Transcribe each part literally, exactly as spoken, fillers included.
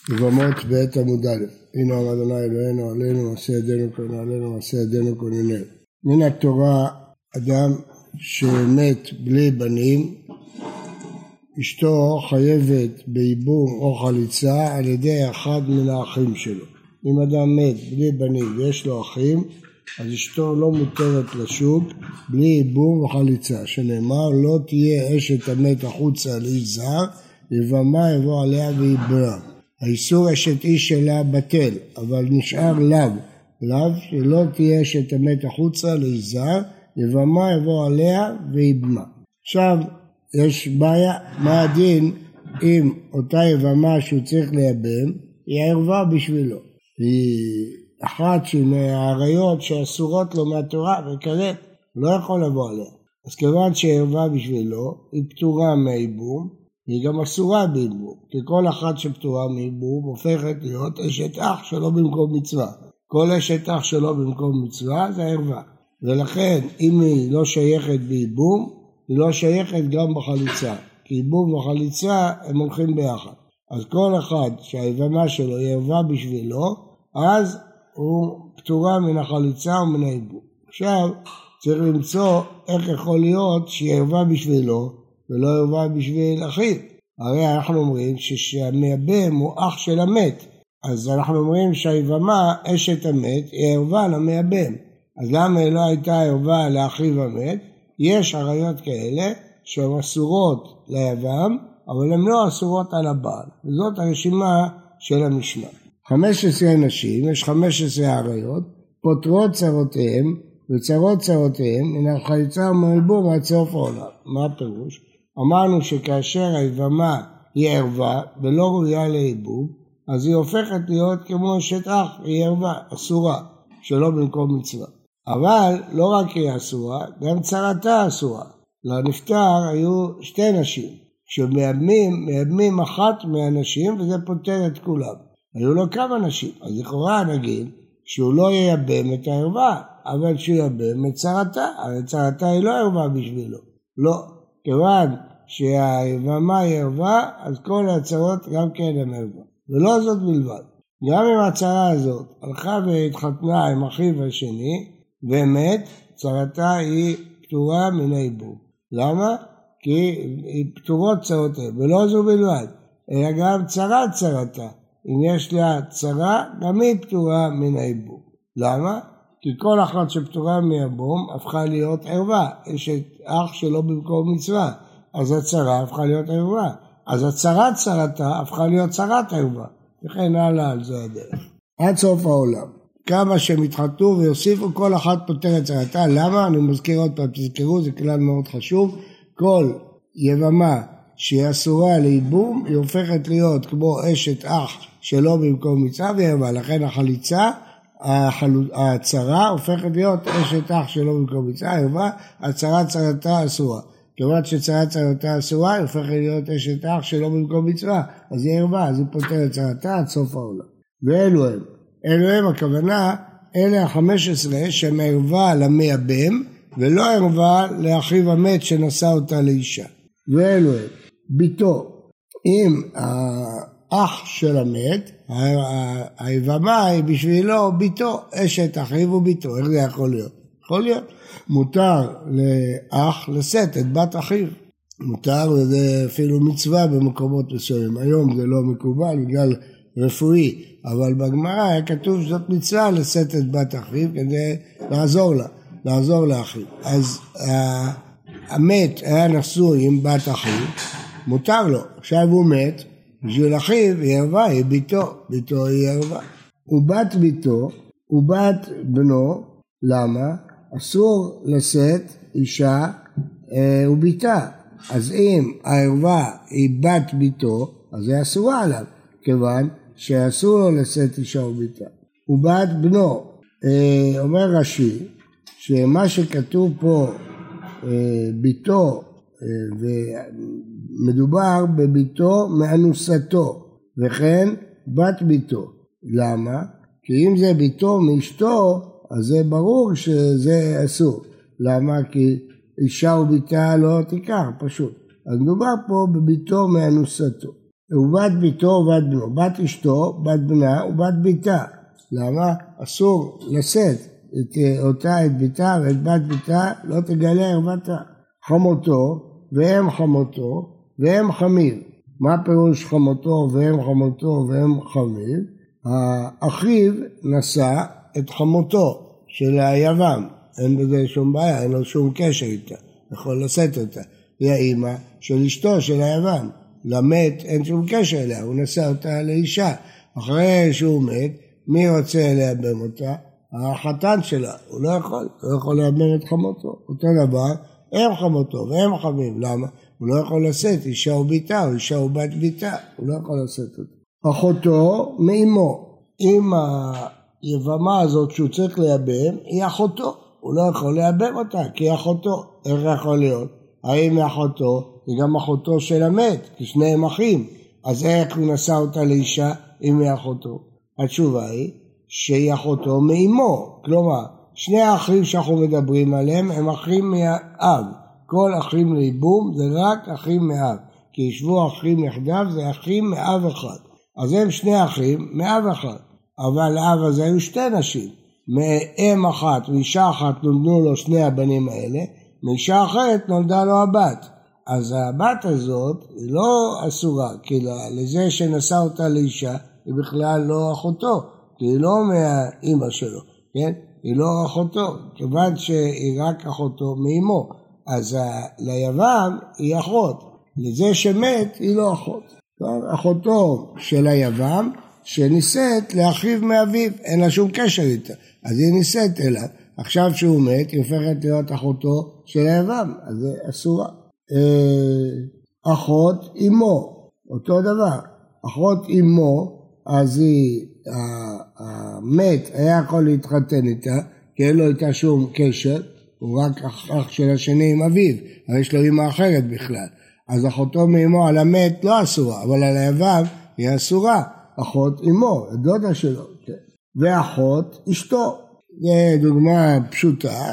יבמות בעת עמוד א', הנה אמר אדוני אלוהינו עלינו מעשה ידינו כונננו מעשה ידינו כונננו. מן התורה אדם שמת בלי בנים, אשתו חייבת בייבום או חליצה על ידי אחד מן האחים שלו. אם אדם מת בלי בנים ויש לו אחים, אז אשתו לא מותרת לשוק בלי ייבום וחליצה, שנאמר לא תהיה אשת המת החוצה לאיש זר, יבמה יבוא עליה וייבמה. האיסור אשת איש שלה בטל, אבל נשאר לאו, לאו שלא תהיה אשת המת החוצה לאיש זר, יבמה יבוא עליה וייבמה. עכשיו יש בעיה, מה הדין אם אותה יבמה שהוא צריך לייבם, היא ערווה בשבילו. היא אחת מהעריות שאסורות לו מהתורה וכזה, לא יכול לבוא עליה. אז כיוון שערווה בשבילו, היא פטורה מהייבום, היא גם אסורה בייבום, כי כל אחת שפטורה מייבום הופכת להיות אשת אח שלא במקום מצווה. כל אשת אח שלא במקום מצווה זה ערווה. ולכן אם היא לא שייכת בייבום, היא לא שייכת גם בחליצה. כי ייבום וחליצה הם הולכים ביחד. אז כל אחד שהיבמה שלו היא ערווה בשבילו, אז הוא פטורה מן החליצה ומן הייבום. עכשיו צריך למצוא איך יכול להיות שהיא ערווה בשבילו ולא ערווה בשביל אחיו. הרי אנחנו אומרים שהמייבם הוא אח של המת. אז אנחנו אומרים שהיבמה, אשת המת, היא ערווה למייבם. אז למה היא לא הייתה ערווה לאחיו המת? יש עריות כאלה שהן אסורות ליבם, אבל הן לא אסורות על הבעל. וזאת הרשימה של המשנה. חמש עשרה נשים, יש חמש עשרה עריות, פותרות צרותיהם וצרות צרותיהם מן החליצה ומייבום עד סוף העולם. מה הפירוש? אמרנו שכאשר היבמה היא ערווה ולא ראויה לייבום, אז היא הופכת להיות כמו אשת אח, היא ערווה, אסורה, שלא במקום מצווה. אבל לא רק היא אסורה, גם צרתה אסורה. לנפטר היו שתי נשים, שמייבמים, מייבמים אחת מהנשים וזה פותר את כולם. היו לו כמה נשים, אז לכאורה נגיד שהוא לא ייבם את הערווה, אבל שהוא ייבם את צרתה, אבל צרתה היא לא ערווה בשבילו. לא, כיוון שהיבמה היא ערווה, אז כל הצרות גם כן הן ערווה. ולא זאת בלבד. גם אם הצרה הזאת הלכה והתחתנה עם אחיו השני, ומת, צרתה היא פטורה מן הייבום. למה? כי היא פטורות צרותיה, ולא זו בלבד, אלא גם צרת צרתה. אם יש לה צרה, גם היא פטורה מן הייבום. למה? כי כל אחת שפטורה מהייבום הפכה להיות ערווה. יש אח שלא במקום מצווה, אז הצרה הפכה להיות ערווה. אז הצרת צרתה הפכה להיות צרת ערווה. וכן הלאה על זה הדרך. עד סוף העולם. כמה שהם התחתנו ויוסיפו, כל אחת פותרת צרתה. למה? אני מזכיר עוד פעם, תזכרו, זה כלל מאוד חשוב. כל יבמה שהיא אסורה לייבום, היא הופכת להיות כמו אשת אח שלא במקום מצווה וערווה. לכן החליצה, הצרה הופכת להיות אשת אח שלא במקום מצווה, ערווה, הצרה צרתה אסורה. כיוון שצרה צרתה אסורה, היא הופכת להיות אשת אח שלא במקום מצווה, אז היא ערווה, אז היא פותרת צרתה עד סוף העולם. ואלו הם, אלו הם הכוונה, אלה החמש עשרה שהם ערווה למייבם, ולא ערווה לאחיו המת שנשא אותה לאישה. ואלו הם, ביתו, אם האח של המת, היבמה היא בשבילו ביתו, אשת אחיו וביתו, איך זה יכול להיות? יכול להיות. מותר לאח לשאת את בת אחיו. מותר, וזה אפילו מצווה במקומות מסוימים. היום זה לא מקובל בגלל רפואי, אבל בגמרא היה כתוב שזאת מצווה לשאת את בת אחיו כדי לעזור לה, לעזור לאחיו. אז המת היה נשוי עם בת אחיו, מותר לו. עכשיו הוא מת, בשביל אחיו היא ערווה, היא ביתו, ביתו היא ערווה. ובת ביתו, ובת בנו, למה? אסור לשאת אישה אה, וביתה. אז אם הערווה היא בת ביתו, אז זה אסורה עליו, כיוון שאסור לו לשאת אישה וביתה. ובת בנו, אה, אומר רש"י, שמה שכתוב פה אה, ביתו, אה, ומדובר בביתו מאנוסתו, וכן בת ביתו. למה? כי אם זה ביתו מאשתו, אז זה ברור שזה אסור. למה? כי אישה וביתה לא תיקח, פשוט. אז מדובר פה בביתו מאנוסתו. ובת ביתו ובת בנו, בת אשתו, בת בנה ובת ביתה. למה? אסור לשאת את אותה, את ביתה ואת בת ביתה, לא תגלה ערוותה. חמותו והם חמותו והם חמיו. מה פירוש חמותו והם חמותו והם חמיו? האחיו נשא את חמותו של היבם, אין בזה שום בעיה, אין לו שום קשר איתה, יכול לשאת אותה. היא האמא של אשתו של היבם, למת אין שום קשר אליה, הוא נשא אותה לאישה. אחרי שהוא מת, מי רוצה לייבם אותה? החתן שלה, הוא לא יכול, הוא לא יכול לייבם את חמותו. אותו דבר, הם חמותו והם חמים, למה? הוא לא יכול לשאת אישה וביתה, או אישה ובת ביתה, הוא לא יכול לשאת אותה. אחותו מאמו, אם היבמה הזאת שהוא צריך לייבם, היא אחותו, הוא לא יכול לייבם אותה, כי היא אחותו. איך יכול להיות? האם היא אחותו? היא גם אחותו של המת, כי שניהם אחים, אז איך הוא נשא אותה לאישה אם היא אחותו? התשובה היא שהיא אחותו מאמו, כלומר, שני האחים שאנחנו מדברים עליהם הם אחים מאב, כל אחים לייבום זה רק אחים מאב, כי ישבו אחים יחדיו זה אחים מאב אחד, אז הם שני אחים מאב אחד, אבל לאב הזה היו שתי נשים, מאם אחת ואישה אחת נולדו לו שני הבנים האלה, מאישה אחרת נולדה לו הבת, אז הבת הזאת היא לא אסורה, כי לזה שנשא אותה לאישה היא בכלל לא אחותו, כי היא לא מהאימא שלו, כן? היא לא אחותו, כיוון שהיא רק אחותו מאמו, אז ליבם היא אחות, לזה שמת היא לא אחות. אחותו של היבם שנישאת לאחיו מאביו, אין לה שום קשר איתה, אז היא נישאת אליו, עכשיו שהוא מת היא הופכת להיות אחותו של היבם, אז זה אסורה. אחות אמו, אותו דבר, אחות אמו, אז היא, המת היה יכול להתחתן איתה, כי אין לו איתה שום קשר, הוא רק אח של השני עם אביו, אבל יש לו אמא אחרת בכלל, אז אחותו מאמו על המת לא אסורה, אבל על היבם היא אסורה, אחות אמו, הדודה שלו, כן. ואחות אשתו, זו דוגמה פשוטה,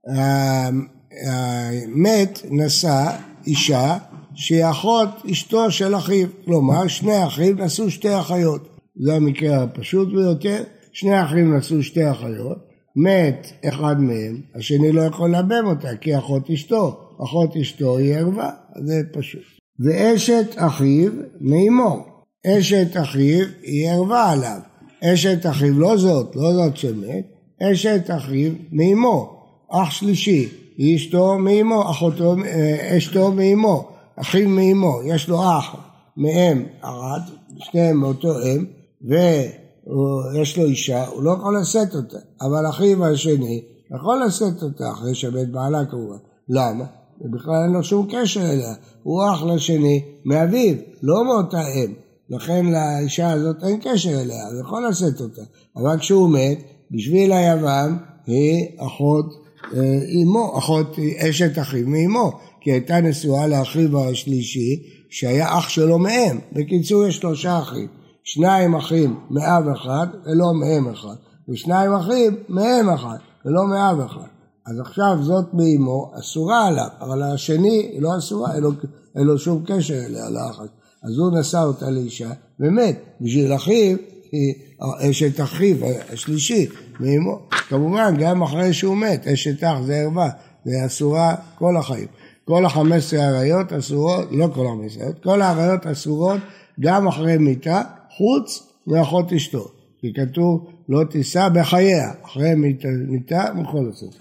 המת נשא אישה שהיא אחות אשתו של אחיו, כלומר שני אחים נשאו שתי אחיות, זה המקרה הפשוט ביותר, שני אחים נשאו שתי אחיות, מת אחד מהם, השני לא יכול לייבם אותה כי אחות אשתו, אחות אשתו היא ערווה, זה פשוט. ואשת אחיו מאמו, אשת אחיו היא ערווה עליו, אשת אחיו לא זאת, לא זאת שמת, אשת אחיו מאמו, אח שלישי, היא אשתו מאמו, אחותו, אשתו מאמו, אחיו מאמו, יש לו אח מאם ארד, שניהם מאותו אם, ויש לו אישה, הוא לא יכול לשאת אותה, אבל אחיו השני יכול לשאת אותה, אחרי שבית בעלה כמובן. למה? בכלל אין לו שום קשר אליה, הוא אח לשני מאביו, לא מאותה אם, לכן לאישה הזאת אין קשר אליה, הוא יכול לשאת אותה, אבל כשהוא מת, בשביל היבם היא אחות אמו, אחות אשת אחיו מאמו, כי הייתה נשואה לאחיו השלישי, שהיה אח שלו מאם, בקיצור יש שלושה אחים, שניים אחים מאב אחד ולא מאם אחד, ושניים אחים מאם אחד ולא מאב אחד, אז עכשיו זאת מאמו אסורה עליו, אבל השני היא לא אסורה, אין לו, אין לו שום קשר אליה לאחת, אז הוא נשא אותה לאישה ומת, בשביל אחיו היא אשת אחיו השלישי מאמו, כמובן גם אחרי שהוא מת, אשת אח זה ערווה, זה אסורה כל החיים, כל החמש עשרה עריות אסורות, לא כל החמש עשרה, כל העריות אסורות גם אחרי מיתה, חוץ מאחות אשתו, כי כתוב לא תישא בחייה, אחרי מיתה, מיתה מכל הסוף.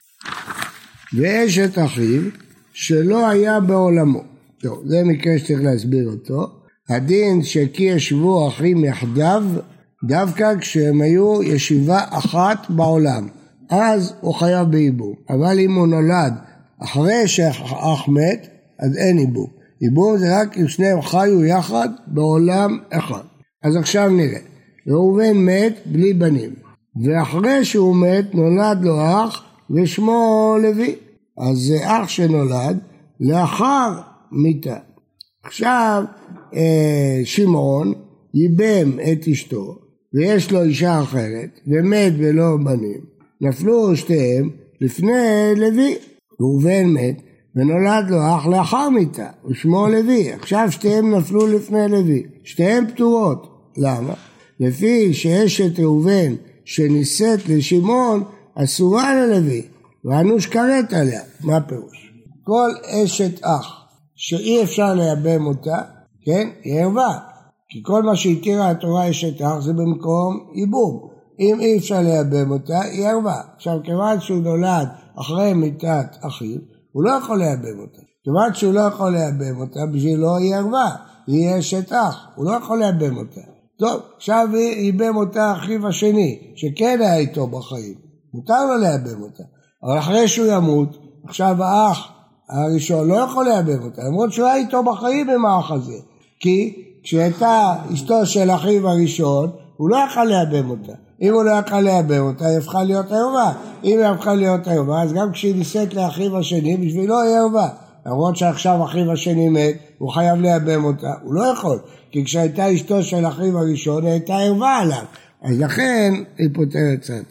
ואשת אחיו שלא היה בעולמו, טוב, זה מקרה שצריך להסביר אותו, הדין שכי ישבו אחים יחדיו, דווקא כשהם היו ישיבה אחת בעולם, אז הוא חייב בייבום, אבל אם הוא נולד אחרי שאח מת, אז אין ייבום, ייבום זה רק אם שניהם חיו יחד בעולם אחד. אז עכשיו נראה, ראובן מת בלי בנים, ואחרי שהוא מת נולד לו אח ושמו לוי, אז זה אח שנולד לאחר מיתה. עכשיו שמעון ייבם את אשתו, ויש לו אישה אחרת, ומת ולא בנים, נפלו שתיהם לפני לוי, ראובן מת, ונולד לו אח לאחר מיתה, ושמו לוי, עכשיו שתיהם נפלו לפני לוי, שתיהם פטורות, למה? לפי שאשת ראובן שנישאת לשמעון אסורה ללוי, ואנוש כרת עליה, מה פירוש? כל אשת אח שאי אפשר לייבם אותה, כן, היא ערווה, כי כל מה שהתירה התורה אשת אח זה במקום ייבום, אם אי אפשר לייבם אותה היא ערווה, עכשיו כיוון שהוא נולד אחרי מיתת אחיו, הוא לא יכול לייבם אותה, כיוון שהוא לא יכול לייבם אותה, בשבילו היא ערווה, היא אשת אח, הוא לא יכול לייבם אותה. טוב, עכשיו ייבם אותה אחיו השני, שכן היה איתו בחיים, מותר לו לייבם אותה, אבל אחרי שהוא ימות, עכשיו האח הראשון לא יכול לייבם אותה, למרות שהוא היה איתו בחיים עם האח הזה, כי כשהייתה אשתו של אחיו הראשון, הוא לא יכול לייבם אותה, אם הוא לא יכול לייבם אותה, היא הפכה להיות ערווה, אם היא הפכה להיות ערווה, אז גם כשהיא נישאת לאחיו השני, בשבילו היא ערווה, למרות שעכשיו אחיו השני מת, הוא חייב לייבם אותה, הוא לא יכול, כי כשהייתה אשתו של אחיו הראשון, היא הייתה ערווה עליו, אז לכן היא פותרת צד.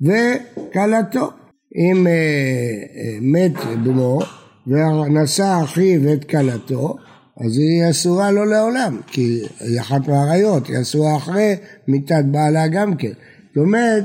וכלתו, אם אה, אה, מת בנו, ונשא אחיו את כלתו, אז היא אסורה לו לעולם, כי היא אחת מהעריות, היא אסורה אחרי מיתת בעלה גם כן. זאת אומרת,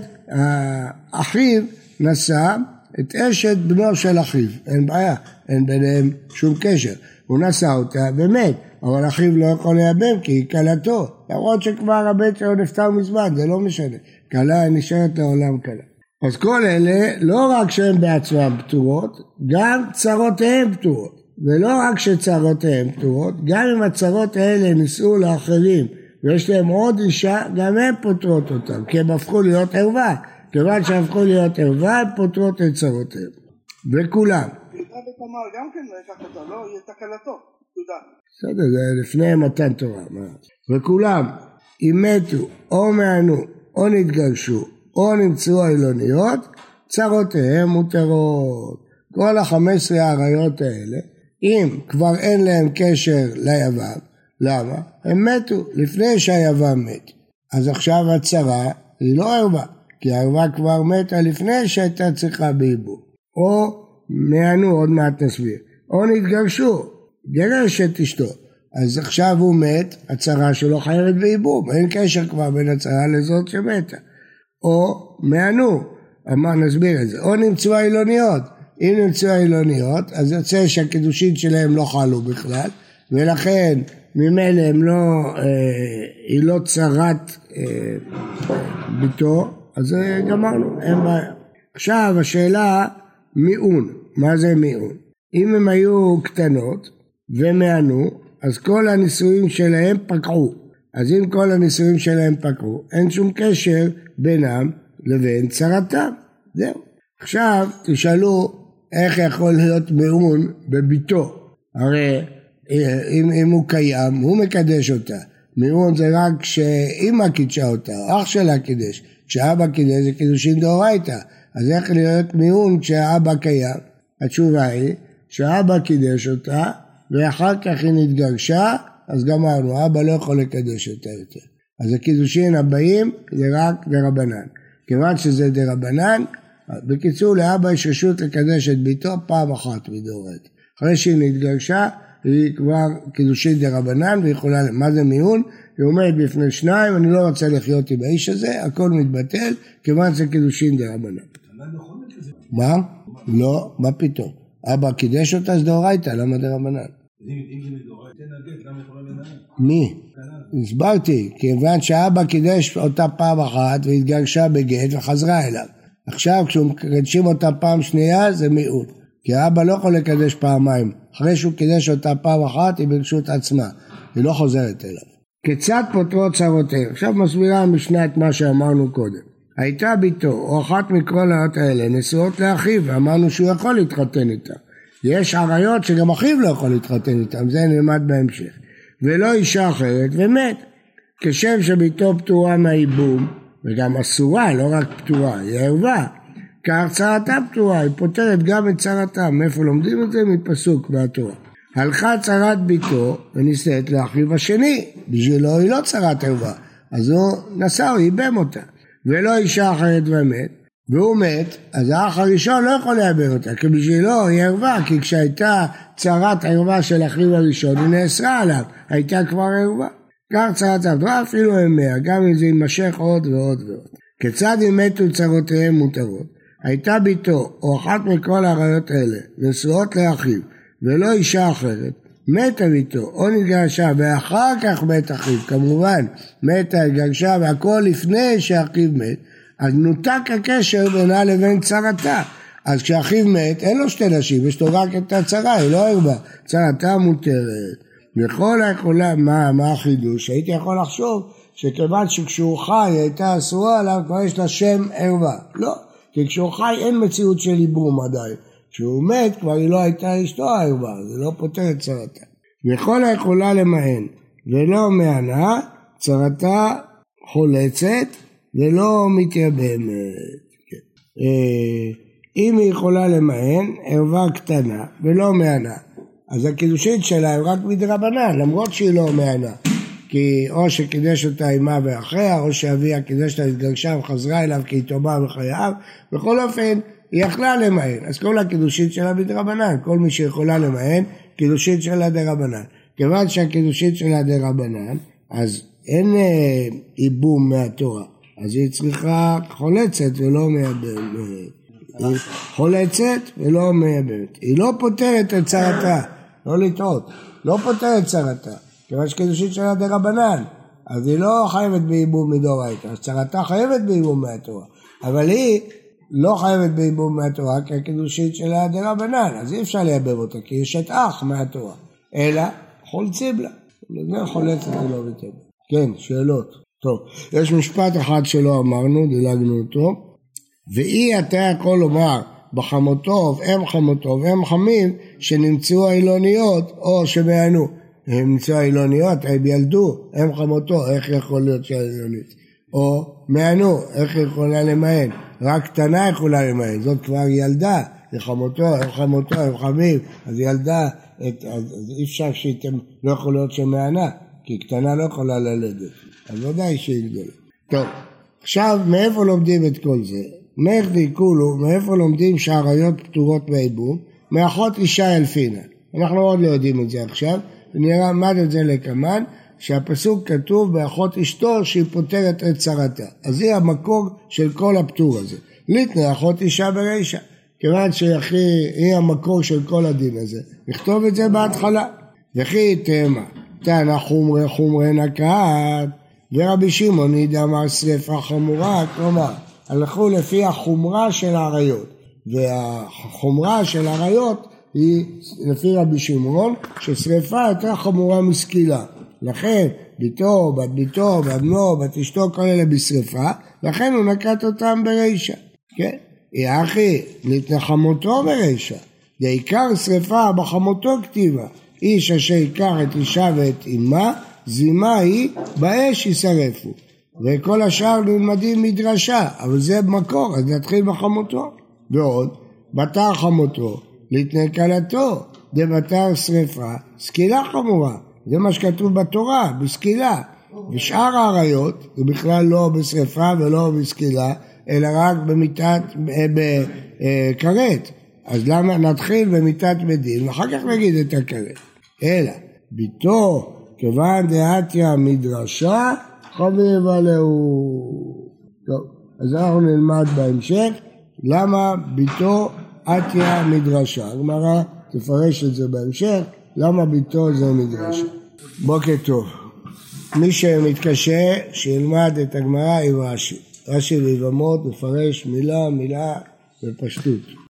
אחיו נשא את אשת בנו של אחיו, אין בעיה, אין ביניהם שום קשר. הוא נשא אותה ומת, אבל אחיו לא יכול לייבם כי היא כלתו, למרות שכבר הבית שלו נפטר מזמן, זה לא משנה, כלה נשארת לעולם כלה. אז כל אלה, לא רק שהן בעצמם פטורות, גם צרותיהם פטורות. ולא רק שצרותיהם פטורות, גם אם הצרות האלה נישאו לאחרים, ויש להם עוד אישה, גם הם פותרות אותם, כי הם הפכו להיות ערווה. כיוון שהפכו להיות ערווה, הם פותרות את צרותיהם. וכולם. ותמר גם כן לא יקח אותה, לא יהיה תקלתו, תודה. בסדר, זה לפני מתן תורה. וכולם, אם מתו, או מענו, או נתגרשו, או נמצאו העילוניות, צרותיהם מותרות. כל החמש עשרה העריות האלה, אם כבר אין להם קשר ליבם, למה? הם מתו לפני שהיבם מת. אז עכשיו הצרה היא לא ערווה, כי הערווה כבר מתה לפני שהייתה צריכה בייבום. או מענו, עוד מעט נסביר, או נתגרשו, גרש את אשתו. אז עכשיו הוא מת, הצרה שלו חייבת בייבום, אין קשר כבר בין הצרה לזאת שמתה. או מענו, אמר נסביר את זה, או נמצאו העילוניות. אם נמצאו העילוניות, אז יוצא שהקידושין שלהם לא חלו בכלל, ולכן ממילא הם לא, אה, היא לא צרת אה, ביתו, אז גמרנו, אין בעיה. עכשיו השאלה מיעון, מה זה מיעון? אם הם היו קטנות ומענו, אז כל הנישואים שלהם פקעו. אז אם כל הנישואים שלהם פקעו, אין שום קשר בינם לבין צרתם. זהו. עכשיו תשאלו, איך יכול להיות מעון בביתו? הרי אם, אם הוא קיים, הוא מקדש אותה. מעון זה רק כשאמא קידשה אותה, אח שלה קידש. כשאבא קידש זה קידושין דאורייתא. אז איך להיות מעון כשהאבא קיים? התשובה היא שהאבא קידש אותה, ואחר כך היא נתגרשה, אז גמרנו, אבא לא יכול לקדש אותה יותר. אז הקידושין הבאים זה רק דרבנן. כיוון שזה דרבנן, בקיצור, לאבא יש רשות לקדש את ביתו פעם אחת מדאורייתא. אחרי שהיא נתגרשה, היא כבר קידושין דרבנן, והיא יכולה, מה זה מיעון? היא אומרת בפני שניים, אני לא רוצה לחיות עם האיש הזה, הכל מתבטל, כיוון זה קידושין דרבנן. מה? לא, מה פתאום? אבא קידש אותה, אז דאורייתא, למה דרבנן? אם זה מדאורייתא, נגד, למה יכולה לנהל? מי? הסברתי, כיוון שאבא קידש אותה פעם אחת, והתגרשה בגט וחזרה אליו. עכשיו כשהוא מקדשים אותה פעם שנייה זה מיעוט, כי האבא לא יכול לקדש פעמיים, אחרי שהוא קידש אותה פעם אחת היא ברשות עצמה, היא לא חוזרת אליו. כיצד פותרות צרותיהם? עכשיו מסבירה המשנה את מה שאמרנו קודם. הייתה ביתו או אחת מכל העת האלה נשואות לאחיו, ואמרנו שהוא יכול להתחתן איתה. יש עריות שגם אחיו לא יכול להתחתן איתם, זה נלמד בהמשך. ולא אישה אחרת ומת. כשם שביתו פטורה מהייבום, וגם אסורה, לא רק פטורה, היא ערווה. כך צרתה פטורה, היא פותרת גם את צרתה. מאיפה לומדים את זה? מפסוק מהתורה. הלכה צרת ביתו ונישאת לאחיו השני, בשבילו היא לא צרת ערווה, אז הוא נשא, הוא ייבם אותה. ולא אישה אחרת ומת, והוא מת, אז האח הראשון לא יכול לעבר אותה, כי בשבילו היא ערווה, כי כשהייתה צרת ערווה של אחיו הראשון, היא נאסרה עליו, הייתה כבר ערווה. כך צרת ערווה אפילו המאה, גם אם זה יימשך עוד ועוד ועוד. כיצד אם מתו צרותיהם מותרות? הייתה ביתו, או אחת מכל העריות האלה, נשואות לאחיו, ולא אישה אחרת, מתה ביתו, או נתגרשה, ואחר כך מת אחיו, כמובן, מתה, התגרשה, והכל לפני שאחיו מת, אז נותק הקשר בינה לבין צרתה. אז כשאחיו מת, אין לו שתי נשים, יש לו רק את הצרה, היא לא ערווה, צרתה מותרת. וכל היכולה, מה, מה החידוש? הייתי יכול לחשוב שכיוון שכשהוא חי הייתה אסורה עליו, כבר יש לה שם ערווה. לא, כי כשהוא חי אין מציאות של ליבום עדיין. כשהוא מת כבר היא לא הייתה אשתו הערווה, זה לא פותר את צרתה. וכל היכולה למען ולא מענה, צרתה חולצת ולא מתייבמת. אם היא יכולה למען, ערווה קטנה ולא מענה, אז הקידושין שלה היא רק מדרבנן, למרות שהיא לא מענה. כי או שקידש אותה אימה ואחיה, או שאביה קידש לה התגרשה וחזרה אליו כי היא תאמה בחייו, בכל אופן היא יכלה למען. אז כל הקידושין שלה מדרבנן, כל מי שיכולה למען, קידושין שלה דרבנן. כיוון שהקידושין שלה דרבנן, אז אין איבום מהתורה, אז היא צריכה חולצת ולא מייבמת. היא חולצת ולא מייבמת. היא לא פותרת את צרתה, לא לטעות, לא פותרת את צרתה. כיוון שקידושין שלה דרבנן, אז היא לא חייבת בייבום מדאורייתא, אז צרתה חייבת בייבום מהתורה, אבל היא לא חייבת בייבום מהתורה, כי הקידושין שלה דרבנן, אז אי אפשר לייבם אותה, כי יש את אח מהתורה, אלא חולצים לה, זה חולצת ולא מתייבם. כן, שאלות. טוב, יש משפט אחד שלא אמרנו, דילגנו אותו, ואי אתה יכול לומר, בחמותו, ואם חמותו, ואם חמים, שנמצאו האילוניות, או שמענו. הם נמצאו האילוניות, הם ילדו, הם חמותו, איך יכול להיות שהאילונית? או מענו, איך יכולה למען? רק קטנה יכולה למען, זאת כבר ילדה, זה חמותו, הם חמותו, הם חמים, אז ילדה, את, אז, אז אי אפשר שאתם לא יכול להיות שמענה, כי קטנה לא יכולה ללדת, אז ודאי שהיא גדולה. טוב, עכשיו מאיפה לומדים את כל זה? מאיך דיקולו, מאיפה לומדים שהעריות פטורות מהייבום? מאחות אישה אלפינה. אנחנו עוד לא יודעים את זה עכשיו, ונראה למד את זה לקמן, שהפסוק כתוב באחות אשתו שהיא פותרת את צרתה. אז היא המקור של כל הפטור הזה. ליתנה אחות אישה ברישה, כיוון שהיא המקור של כל הדין הזה. נכתוב את זה בהתחלה. וכי תאמה, תנא חומרי חומרי נקעת, ורבי שמעון אמר שריפה חמורה, כלומר, הלכו לפי החומרה של העריות, והחומרה של העריות היא לפי רבי שמעון, ששריפה יותר חמורה מסקילה. לכן ביתו, בת ביתו, בת בנו, בת אשתו, כל אלה בשריפה, לכן הוא נקט אותם ברישה. כן? היא אחי, להתנחמותו ברישה. בעיקר שריפה בחמותו כתיבה. איש אשר ייקח את אישה ואת אמה, זימה היא, באש ישרפו. וכל השאר נלמדים מדרשה, אבל זה מקור, אז נתחיל בחמותו. ועוד, בתר חמותו, להתנקלתו, דבתר שריפה, סקילה חמורה. זה מה שכתוב בתורה, בסקילה. ושאר העריות, זה בכלל לא בשריפה ולא בסקילה, אלא רק במיטת, בכרת. אז למה נתחיל במיטת מדין, ואחר כך נגיד את הכרת. אלא, ביתו, כיוון דעתיה מדרשה, חביב עליהו. טוב, אז אנחנו נלמד בהמשך, למה ביתו עתיה מדרשה. הגמרא תפרש את זה בהמשך, למה ביתו זה מדרשה. בוקר טוב. מי שמתקשה, שילמד את הגמרא עם רש"י. רש"י ביבמות מפרש מילה מילה בפשטות.